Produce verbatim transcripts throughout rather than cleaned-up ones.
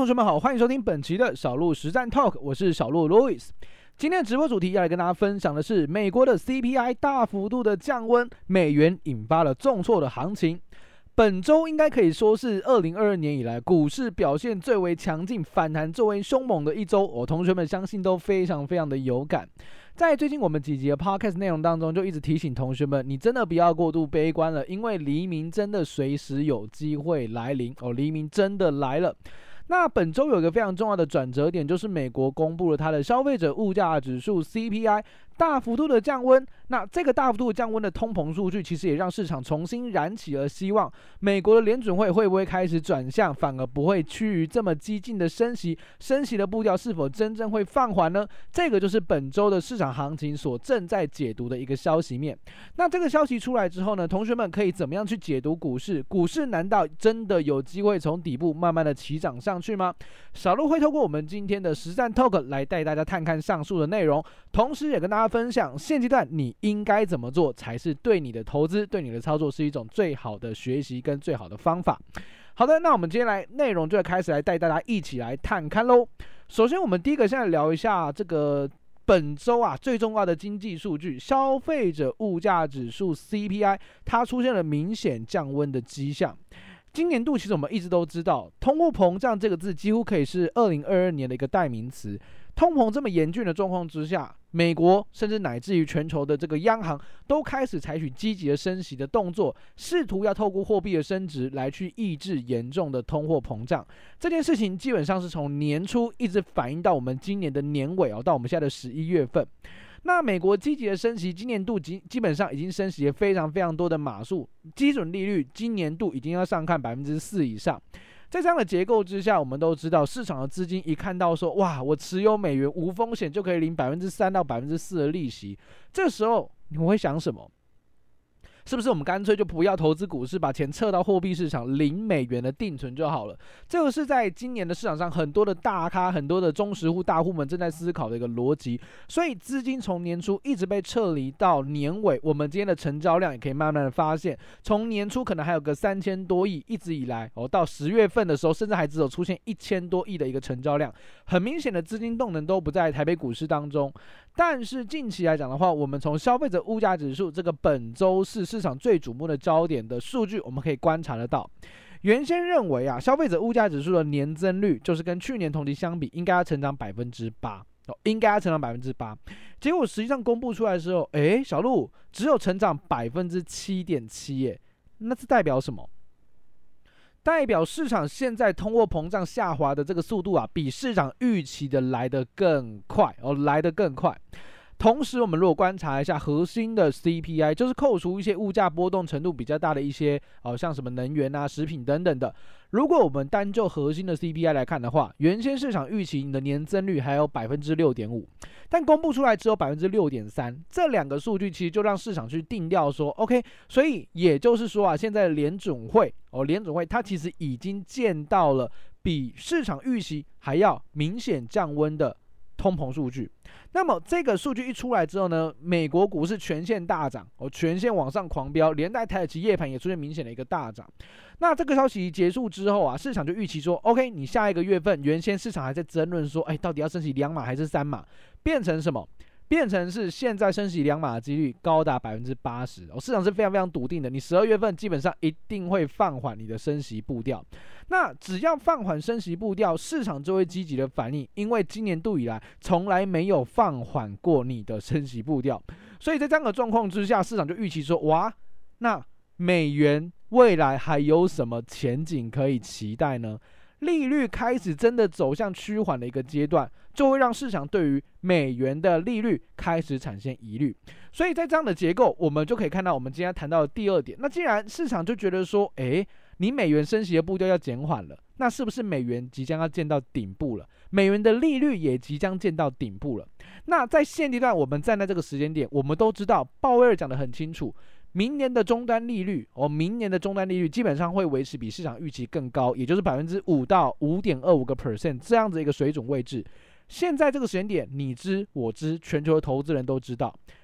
同学们好，欢迎收听本期的小鹿实战 Talk， 我是小鹿 Louis。今天的直播主题要来跟大家分享的是美国的 C P I 大幅度的降温，美元引发了重挫的行情。本周应该可以说是二零二二年以来股市表现最为强劲、反弹最为凶猛的一周，我、哦、同学们相信都非常非常的有感。在最近我们几集的 podcast 内容当中，就一直提醒同学们，你真的不要过度悲观了，因为黎明真的随时有机会来临哦，黎明真的来了。那本周有一个非常重要的转折点，就是美国公布了它的消费者物价指数 C P I 大幅度的降温。那这个大幅度的降温的通膨数据，其实也让市场重新燃起了希望。美国的联准会会不会开始转向，反而不会趋于这么激进的升息？升息的步调是否真正会放缓呢？这个就是本周的市场行情所正在解读的一个消息面。那这个消息出来之后呢，同学们可以怎么样去解读股市？股市难道真的有机会从底部慢慢的起涨上去吗？小鹿会透过我们今天的实战 talk 来带大家探看上述的内容，同时也跟大家分享现阶段你应该怎么做才是对你的投资、对你的操作是一种最好的学习跟最好的方法。好的，那我们今天来内容就开始来带大家一起来探看咯。首先我们第一个先来聊一下这个本周啊最重要的经济数据，消费者物价指数 C P I 它出现了明显降温的迹象。今年度其实我们一直都知道，通货膨胀这个字几乎可以是二零二二年的一个代名词。通膨这么严峻的状况之下，美国甚至乃至于全球的这个央行都开始采取积极的升息的动作，试图要透过货币的升值来去抑制严重的通货膨胀。这件事情基本上是从年初一直反映到我们今年的年尾、哦、到我们现在的十一月份。那美国积极的升息，今年度基基本上已经升息了非常非常多的码数，基准利率今年度已经要上看百分之四以上。在这样的结构之下，我们都知道市场的资金一看到说，哇，我持有美元无风险就可以领百分之三到百分之四的利息，这时候你会想什么？是不是我们干脆就不要投资股市，把钱撤到货币市场领美元的定存就好了？这个是在今年的市场上很多的大咖、很多的中实户大户们正在思考的一个逻辑。所以资金从年初一直被撤离到年尾，我们今天的成交量也可以慢慢的发现，从年初可能还有个三千多亿，一直以来哦，到十月份的时候，甚至还只有出现一千多亿的一个成交量，很明显的资金动能都不在台北股市当中。但是近期来讲的话，我们从消费者物价指数这个本周是市场最瞩目的焦点的数据，我们可以观察得到，原先认为啊，消费者物价指数的年增率就是跟去年同期相比，应该要成长百分之八，应该要成长百分之八。结果实际上公布出来的时候，哎，小鹿只有成长百分之七点七，耶，那这代表什么？代表市场现在通货膨胀下滑的这个速度啊，比市场预期的来得更快哦，来得更快。同时，我们如果观察一下核心的 C P I， 就是扣除一些物价波动程度比较大的一些，哦，像什么能源啊、食品等等的。如果我们单就核心的 C P I 来看的话，原先市场预期你的年增率还有 百分之六点五， 但公布出来只有 百分之六点三， 这两个数据其实就让市场去定调说 OK， 所以也就是说啊，现在的联准会哦，联准会它其实已经见到了比市场预期还要明显降温的通膨数据。那么这个数据一出来之后呢，美国股市全线大涨，哦，全线往上狂飙，连带台指期夜盘也出现明显的一个大涨。那这个消息结束之后啊，市场就预期说 OK， 你下一个月份原先市场还在争论说，哎，到底要升息两码还是三码，变成什么？变成是现在升息两码的几率高达 百分之八十，哦，市场是非常非常笃定的，你十二月份基本上一定会放缓你的升息步调。那只要放缓升息步调，市场就会积极的反应，因为今年度以来从来没有放缓过你的升息步调，所以在这样的状况之下，市场就预期说，哇，那美元未来还有什么前景可以期待呢？利率开始真的走向趋缓的一个阶段，就会让市场对于美元的利率开始产生疑虑。所以在这样的结构，我们就可以看到我们今天谈到的第二点。那既然市场就觉得说，诶，你美元升息的步调要减缓了，那是不是美元即将要见到顶部了？美元的利率也即将见到顶部了。那在现阶段，我们站在这个时间点，我们都知道鲍威尔讲得很清楚，明年的终端利率，哦，明年的终端利率基本上会维持比市场预期更高，也就是 百分之五 到 五点二五 个 percent 这样子一个水准位置。现在这个时间点，你知我知，全球的投资人都知道，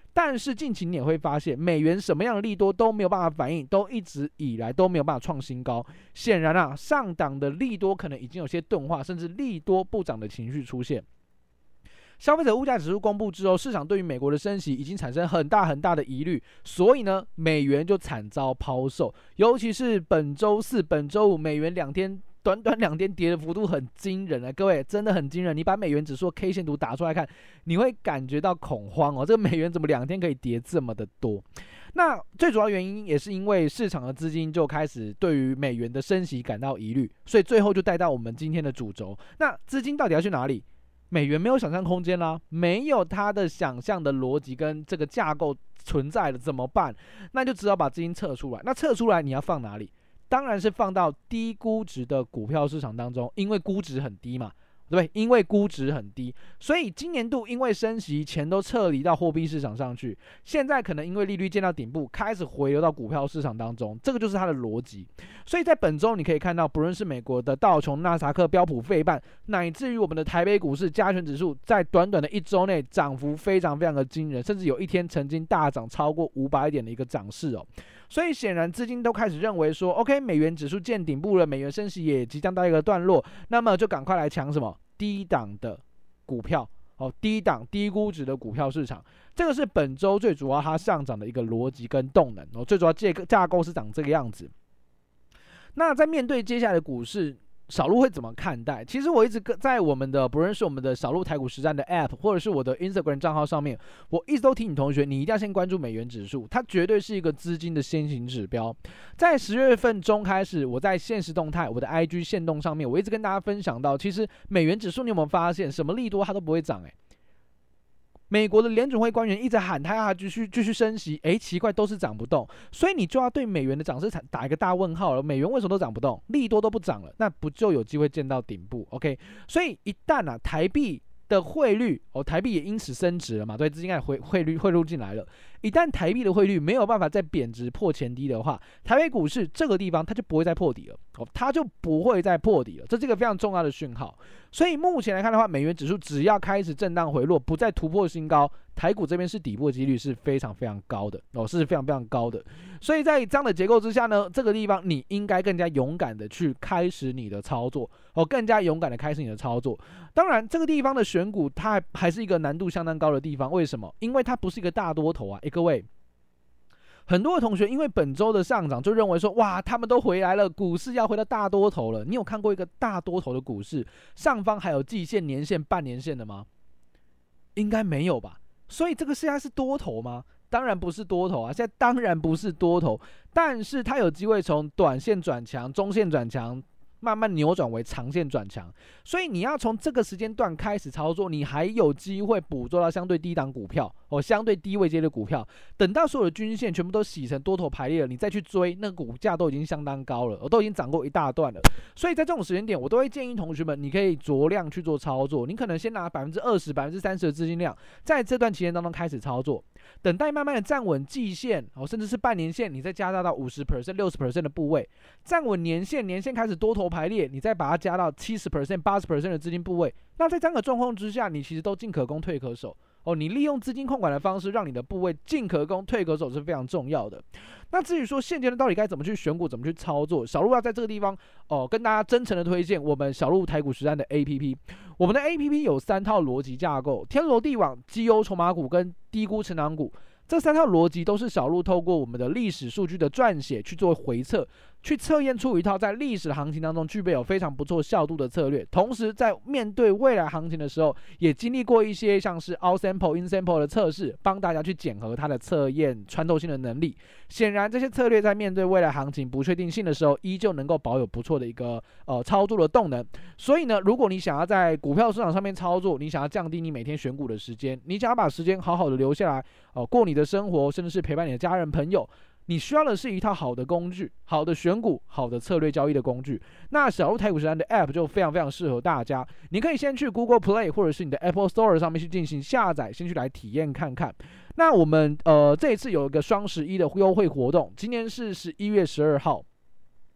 但是近期你也会发现，美元什么样的利多都没有办法反应，都一直以来都没有办法创新高。显然啊，上档的利多可能已经有些钝化，甚至利多不涨的情绪出现。消费者物价指数公布之后，市场对于美国的升息已经产生很大很大的疑虑，所以呢，美元就惨遭抛售。尤其是本周四、本周五，美元两天短短两天跌的幅度很惊人啊！各位真的很惊人，你把美元指数 K 线图打出来看，你会感觉到恐慌哦。这个美元怎么两天可以跌这么的多？那最主要原因也是因为市场的资金就开始对于美元的升息感到疑虑，所以最后就带到我们今天的主轴。那资金到底要去哪里？美元没有想象空间啦，没有它的想象的逻辑跟这个架构存在了，怎么办？那就只好把资金撤出来。那撤出来你要放哪里？当然是放到低估值的股票市场当中，因为估值很低嘛，对不对？因为估值很低，所以今年度因为升息，钱都撤离到货币市场上去，现在可能因为利率见到顶部，开始回流到股票市场当中，这个就是它的逻辑。所以在本周你可以看到，不论是美国的道琼、纳斯达克、标普、费半，乃至于我们的台北股市加权指数，在短短的一周内涨幅非常非常的惊人，甚至有一天曾经大涨超过五百点的一个涨势哦。所以显然资金都开始认为说 ，OK， 美元指数见顶部了，美元升息也即将到一个段落，那么就赶快来抢什么低档的股票哦，低档低估值的股票市场，这个是本周最主要它上涨的一个逻辑跟动能哦，最主要架构是长这个样子。那在面对接下来的股市，小鹿会怎么看待？其实我一直在我们的不论是我们的小鹿台股实战的 App， 或者是我的 Instagram 账号上面，我一直都提醒同学，你一定要先关注美元指数，它绝对是一个资金的先行指标。在十月份中开始，我在限时动态、我的 I G 限动上面，我一直跟大家分享到，其实美元指数你有没有发现，什么利多它都不会涨、欸？美国的联准会官员一直喊他要继续继续升息，哎，奇怪，都是涨不动，所以你就要对美元的涨势打一个大问号了。美元为什么都涨不动？利多都不涨了，那不就有机会见到顶部 ？OK， 所以一旦啊台币的汇率哦，台币也因此升值了嘛，对，资金开始汇汇率汇入进来了。一旦台币的汇率没有办法再贬值破前低的话，台北股市这个地方它就不会再破底了哦，它就不会再破底了，这是一个非常重要的讯号。所以目前来看的话，美元指数只要开始震荡回落，不再突破新高，台股这边是底部的几率是非常非常高的哦，是非常非常高的。所以在这样的结构之下呢，这个地方你应该更加勇敢的去开始你的操作哦，更加勇敢的开始你的操作。当然，这个地方的选股它还还是一个难度相当高的地方，为什么？因为它不是一个大多头啊。欸、各位，很多的同学因为本周的上涨就认为说，哇，他们都回来了，股市要回到大多头了。你有看过一个大多头的股市上方还有季线、年线、半年线的吗？应该没有吧。所以这个现在是多头吗？当然不是多头啊，现在当然不是多头，但是它有机会从短线转强、中线转强，慢慢扭转为长线转强，所以你要从这个时间段开始操作，你还有机会捕捉到相对低档股票哦，相对低位阶的股票。等到所有的均线全部都洗成多头排列了，你再去追，那个股价都已经相当高了，我都已经涨过一大段了。所以在这种时间点，我都会建议同学们，你可以酌量去做操作。你可能先拿百分之二十、百分之三十的资金量，在这段期间当中开始操作，等待慢慢的站稳季线哦，甚至是半年线，你再加大到 百分之五十、六十 的部位，站稳年线，年线开始多头排列，你再把它加到 百分之七十、八十 的资金部位。那在这样的状况之下，你其实都进可攻退可守哦。你利用资金控管的方式，让你的部位进可攻退可守是非常重要的。那至于说现阶段到底该怎么去选股，怎么去操作，小鹿要在这个地方哦，跟大家真诚的推荐我们小鹿台股实战的 A P P。我们的 A P P 有三套逻辑架构：天罗地网、绩优筹码股跟低估成长股。这三套逻辑都是小鹿透过我们的历史数据的撰写去做回测，去测验出一套在历史的行情当中具备有非常不错效度的策略。同时在面对未来行情的时候，也经历过一些像是 out sample、in sample 的测试，帮大家去检核它的测验穿透性的能力。显然这些策略在面对未来行情不确定性的时候，依旧能够保有不错的一个呃操作的动能。所以呢，如果你想要在股票市场上面操作，你想要降低你每天选股的时间，你想要把时间好好的留下来哦、呃，过你的生活，甚至是陪伴你的家人朋友，你需要的是一套好的工具，好的选股，好的策略交易的工具。那小鹿台股实战的 App 就非常非常适合大家，你可以先去 Google Play 或者是你的 Apple Store 上面去进行下载，先去来体验看看。那我们呃这一次有一个双十一的优惠活动，今年是十一月十二号。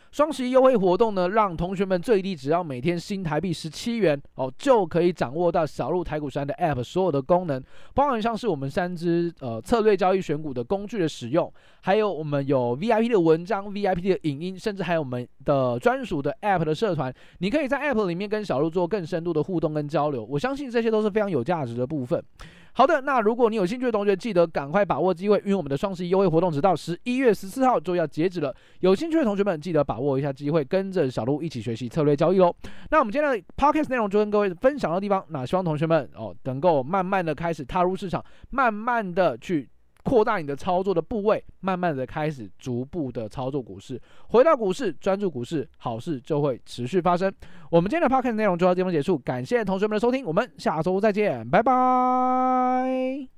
双十一优惠活动呢，让同学们最低只要每天新台币十七元哦，就可以掌握到小鹿台股实战的 App 所有的功能，包含像是我们三支呃策略交易选股的工具的使用，还有我们有 V I P 的文章、V I P 的影音，甚至还有我们的专属的 App 的社团，你可以在 App 里面跟小鹿做更深度的互动跟交流。我相信这些都是非常有价值的部分。好的，那如果你有兴趣的同学，记得赶快把握机会，因为我们的双十一优惠活动直到十一月十四号就要截止了。有兴趣的同学们，记得把握一下机会，跟着小鹿一起学习策略交易喽。那我们今天的 Podcast 内容就跟各位分享的地方，那希望同学们哦能够慢慢的开始踏入市场，慢慢的去扩大你的操作的部位，慢慢的开始逐步的操作股市，回到股市，专注股市，好事就会持续发生。我们今天的 Podcast 内容就到这边结束，感谢同学们的收听，我们下周再见，拜拜。